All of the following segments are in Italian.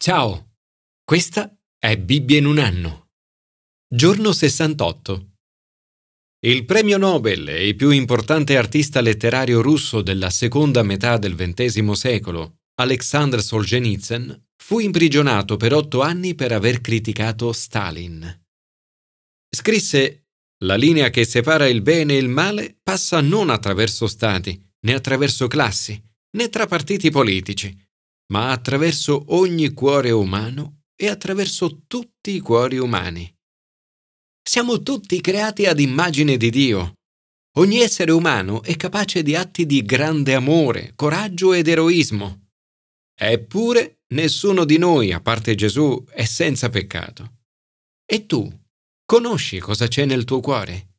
Ciao, questa è Bibbia in un anno. Giorno 68. Il premio Nobel e il più importante artista letterario russo della seconda metà del XX secolo, Alexander Solzhenitsyn, fu imprigionato per 8 anni per aver criticato Stalin. Scrisse: «La linea che separa il bene e il male passa non attraverso stati, né attraverso classi, né tra partiti politici, ma attraverso ogni cuore umano e attraverso tutti i cuori umani. Siamo tutti creati ad immagine di Dio. Ogni essere umano è capace di atti di grande amore, coraggio ed eroismo. Eppure nessuno di noi, a parte Gesù, è senza peccato. E tu, conosci cosa c'è nel tuo cuore?»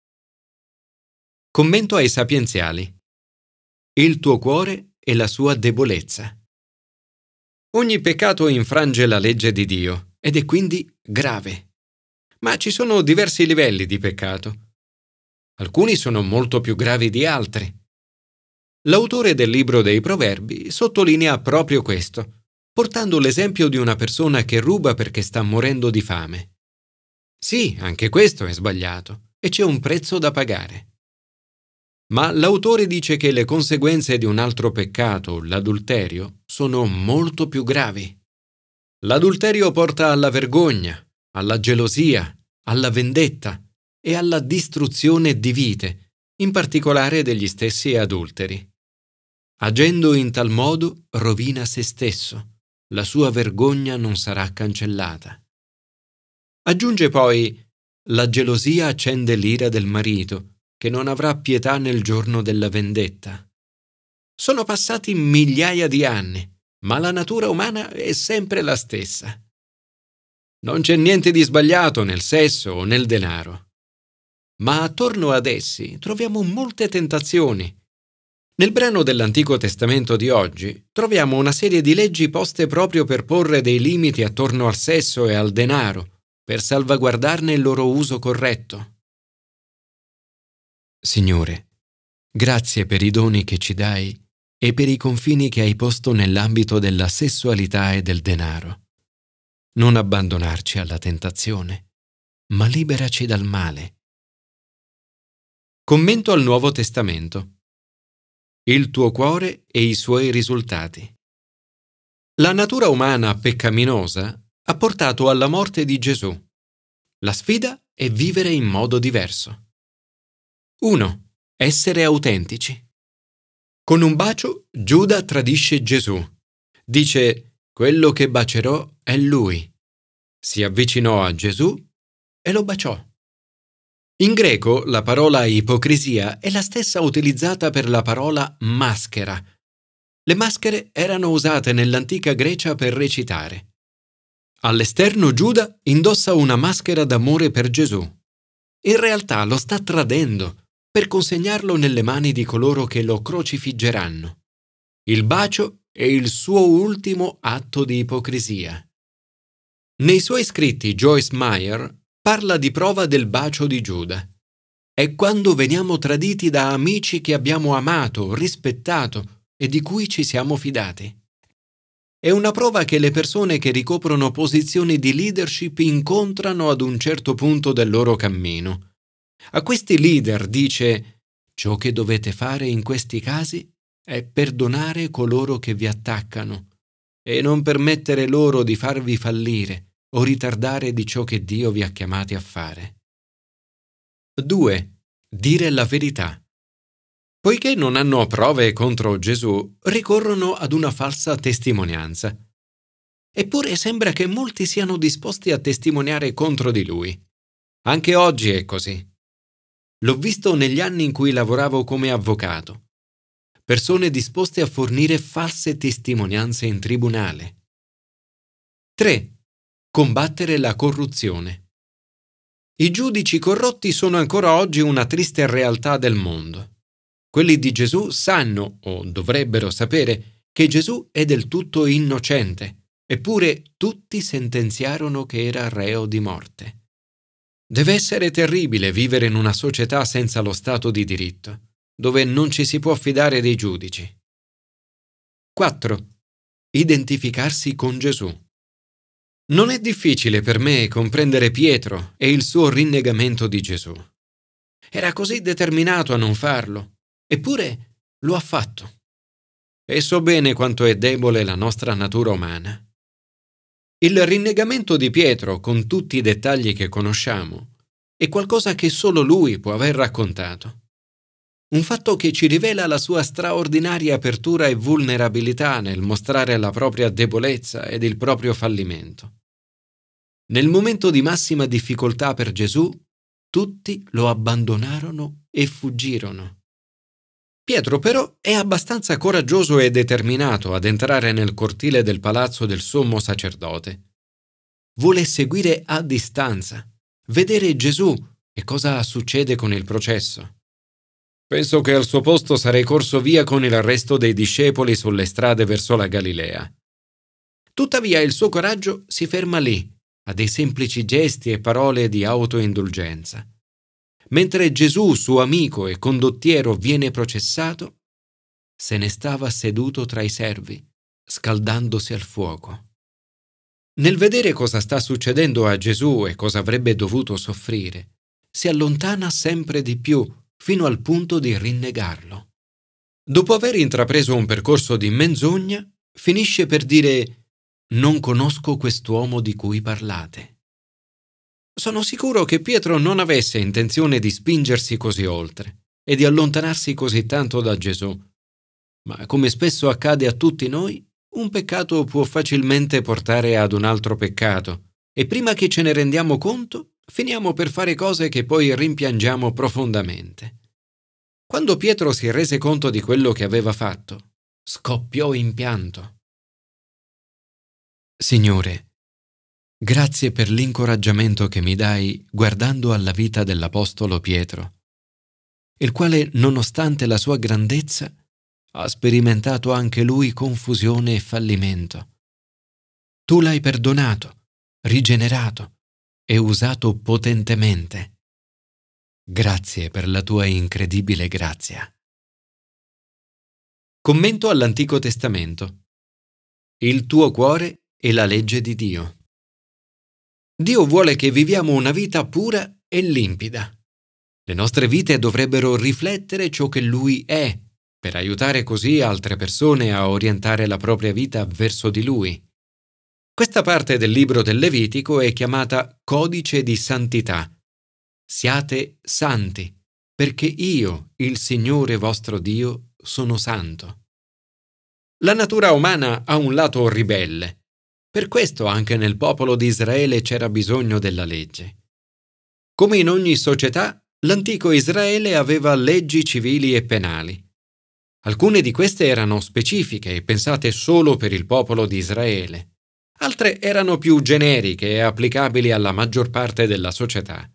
Commento ai sapienziali. Il tuo cuore e la sua debolezza. Ogni peccato infrange la legge di Dio ed è quindi grave. Ma ci sono diversi livelli di peccato. Alcuni sono molto più gravi di altri. L'autore del libro dei Proverbi sottolinea proprio questo, portando l'esempio di una persona che ruba perché sta morendo di fame. Sì, anche questo è sbagliato e c'è un prezzo da pagare. Ma l'autore dice che le conseguenze di un altro peccato, l'adulterio, sono molto più gravi. L'adulterio porta alla vergogna, alla gelosia, alla vendetta e alla distruzione di vite, in particolare degli stessi adulteri. Agendo in tal modo rovina se stesso, la sua vergogna non sarà cancellata. Aggiunge poi: la gelosia accende l'ira del marito, che non avrà pietà nel giorno della vendetta. Sono passati migliaia di anni, ma la natura umana è sempre la stessa. Non c'è niente di sbagliato nel sesso o nel denaro. Ma attorno ad essi troviamo molte tentazioni. Nel brano dell'Antico Testamento di oggi troviamo una serie di leggi poste proprio per porre dei limiti attorno al sesso e al denaro, per salvaguardarne il loro uso corretto. Signore, grazie per i doni che ci dai e per i confini che hai posto nell'ambito della sessualità e del denaro. Non abbandonarci alla tentazione, ma liberaci dal male. Commento al Nuovo Testamento. Il tuo cuore e i suoi risultati. La natura umana peccaminosa ha portato alla morte di Gesù. La sfida è vivere in modo diverso. 1. Essere autentici. Con un bacio Giuda tradisce Gesù. Dice: «Quello che bacerò è lui». Si avvicinò a Gesù e lo baciò. In greco la parola ipocrisia è la stessa utilizzata per la parola maschera. Le maschere erano usate nell'antica Grecia per recitare. All'esterno Giuda indossa una maschera d'amore per Gesù. In realtà lo sta tradendo per consegnarlo nelle mani di coloro che lo crocifiggeranno. Il bacio è il suo ultimo atto di ipocrisia. Nei suoi scritti Joyce Meyer parla di prova del bacio di Giuda. È quando veniamo traditi da amici che abbiamo amato, rispettato e di cui ci siamo fidati. È una prova che le persone che ricoprono posizioni di leadership incontrano ad un certo punto del loro cammino. A questi leader dice: «Ciò che dovete fare in questi casi è perdonare coloro che vi attaccano e non permettere loro di farvi fallire o ritardare di ciò che Dio vi ha chiamati a fare». 2. Dire la verità. Poiché non hanno prove contro Gesù, ricorrono ad una falsa testimonianza. Eppure sembra che molti siano disposti a testimoniare contro di lui. Anche oggi è così. L'ho visto negli anni in cui lavoravo come avvocato. Persone disposte a fornire false testimonianze in tribunale. 3. Combattere la corruzione. I giudici corrotti sono ancora oggi una triste realtà del mondo. Quelli di Gesù sanno, o dovrebbero sapere, che Gesù è del tutto innocente, eppure tutti sentenziarono che era reo di morte. Deve essere terribile vivere in una società senza lo Stato di diritto, dove non ci si può fidare dei giudici. 4. Identificarsi con Gesù. Non è difficile per me comprendere Pietro e il suo rinnegamento di Gesù. Era così determinato a non farlo, eppure lo ha fatto. E so bene quanto è debole la nostra natura umana. Il rinnegamento di Pietro, con tutti i dettagli che conosciamo, è qualcosa che solo lui può aver raccontato. Un fatto che ci rivela la sua straordinaria apertura e vulnerabilità nel mostrare la propria debolezza ed il proprio fallimento. Nel momento di massima difficoltà per Gesù, tutti lo abbandonarono e fuggirono. Pietro però è abbastanza coraggioso e determinato ad entrare nel cortile del palazzo del sommo sacerdote. Vuole seguire a distanza, vedere Gesù e cosa succede con il processo. Penso che al suo posto sarei corso via con il resto dei discepoli sulle strade verso la Galilea. Tuttavia il suo coraggio si ferma lì, a dei semplici gesti e parole di autoindulgenza. Mentre Gesù, suo amico e condottiero, viene processato, se ne stava seduto tra i servi, scaldandosi al fuoco. Nel vedere cosa sta succedendo a Gesù e cosa avrebbe dovuto soffrire, si allontana sempre di più, fino al punto di rinnegarlo. Dopo aver intrapreso un percorso di menzogna, finisce per dire: «Non conosco quest'uomo di cui parlate». Sono sicuro che Pietro non avesse intenzione di spingersi così oltre e di allontanarsi così tanto da Gesù, ma come spesso accade a tutti noi, un peccato può facilmente portare ad un altro peccato e prima che ce ne rendiamo conto, finiamo per fare cose che poi rimpiangiamo profondamente. Quando Pietro si rese conto di quello che aveva fatto, scoppiò in pianto. Signore, grazie per l'incoraggiamento che mi dai guardando alla vita dell'Apostolo Pietro, il quale, nonostante la sua grandezza, ha sperimentato anche lui confusione e fallimento. Tu l'hai perdonato, rigenerato e usato potentemente. Grazie per la tua incredibile grazia. Commento all'Antico Testamento. Il tuo cuore è la legge di Dio. Dio vuole che viviamo una vita pura e limpida. Le nostre vite dovrebbero riflettere ciò che Lui è, per aiutare così altre persone a orientare la propria vita verso di Lui. Questa parte del libro del Levitico è chiamata Codice di Santità. Siate santi, perché io, il Signore vostro Dio, sono santo. La natura umana ha un lato ribelle. Per questo anche nel popolo di Israele c'era bisogno della legge. Come in ogni società, l'antico Israele aveva leggi civili e penali. Alcune di queste erano specifiche e pensate solo per il popolo di Israele. Altre erano più generiche e applicabili alla maggior parte della società.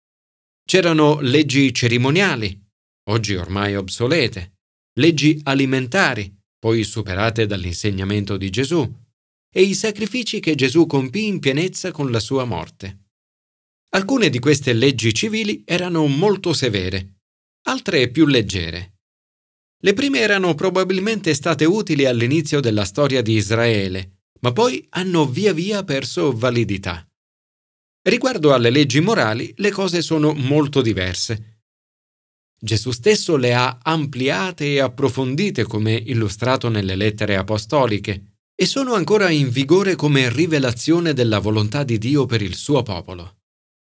C'erano leggi cerimoniali, oggi ormai obsolete, leggi alimentari, poi superate dall'insegnamento di Gesù, e i sacrifici che Gesù compì in pienezza con la sua morte. Alcune di queste leggi civili erano molto severe, altre più leggere. Le prime erano probabilmente state utili all'inizio della storia di Israele, ma poi hanno via via perso validità. Riguardo alle leggi morali, le cose sono molto diverse. Gesù stesso le ha ampliate e approfondite come illustrato nelle lettere apostoliche e sono ancora in vigore come rivelazione della volontà di Dio per il suo popolo.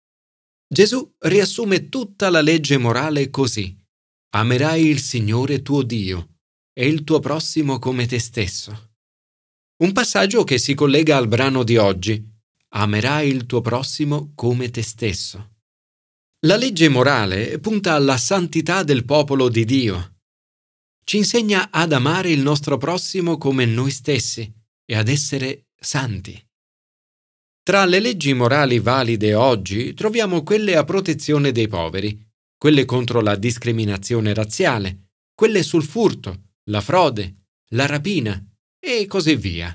Gesù riassume tutta la legge morale così: amerai il Signore tuo Dio e il tuo prossimo come te stesso. Un passaggio che si collega al brano di oggi: amerai il tuo prossimo come te stesso. La legge morale punta alla santità del popolo di Dio. Ci insegna ad amare il nostro prossimo come noi stessi e ad essere santi. Tra le leggi morali valide oggi troviamo quelle a protezione dei poveri, quelle contro la discriminazione razziale, quelle sul furto, la frode, la rapina e così via.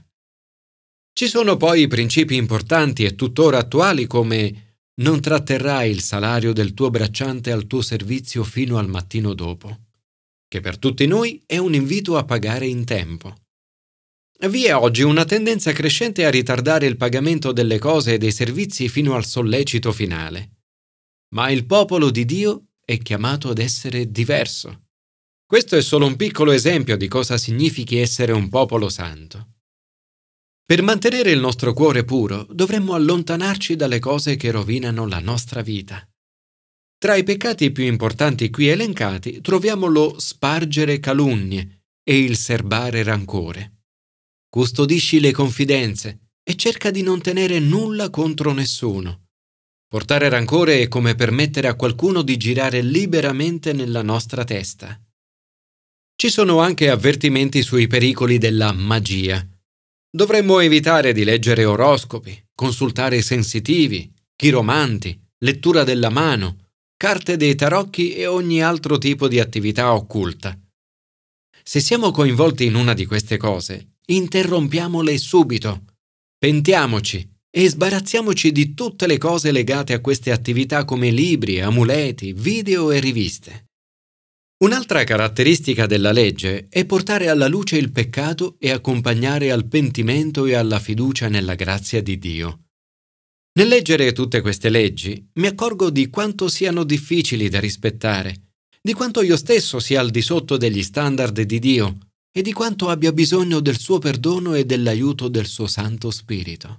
Ci sono poi principi importanti e tuttora attuali come non tratterrai il salario del tuo bracciante al tuo servizio fino al mattino dopo, che per tutti noi è un invito a pagare in tempo. Vi è oggi una tendenza crescente a ritardare il pagamento delle cose e dei servizi fino al sollecito finale. Ma il popolo di Dio è chiamato ad essere diverso. Questo è solo un piccolo esempio di cosa significhi essere un popolo santo. Per mantenere il nostro cuore puro, dovremmo allontanarci dalle cose che rovinano la nostra vita. Tra i peccati più importanti qui elencati troviamo lo spargere calunnie e il serbare rancore. Custodisci le confidenze e cerca di non tenere nulla contro nessuno. Portare rancore è come permettere a qualcuno di girare liberamente nella nostra testa. Ci sono anche avvertimenti sui pericoli della magia. Dovremmo evitare di leggere oroscopi, consultare sensitivi, chiromanti, lettura della mano, carte dei tarocchi e ogni altro tipo di attività occulta. Se siamo coinvolti in una di queste cose, interrompiamole subito. Pentiamoci e sbarazziamoci di tutte le cose legate a queste attività come libri, amuleti, video e riviste. Un'altra caratteristica della legge è portare alla luce il peccato e accompagnare al pentimento e alla fiducia nella grazia di Dio. Nel leggere tutte queste leggi, mi accorgo di quanto siano difficili da rispettare, di quanto io stesso sia al di sotto degli standard di Dio e di quanto abbia bisogno del suo perdono e dell'aiuto del suo Santo Spirito.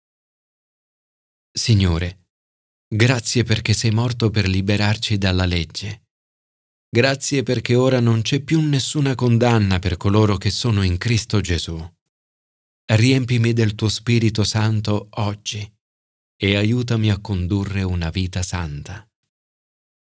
Signore, grazie perché sei morto per liberarci dalla legge. Grazie perché ora non c'è più nessuna condanna per coloro che sono in Cristo Gesù. Riempimi del tuo Spirito Santo oggi e aiutami a condurre una vita santa.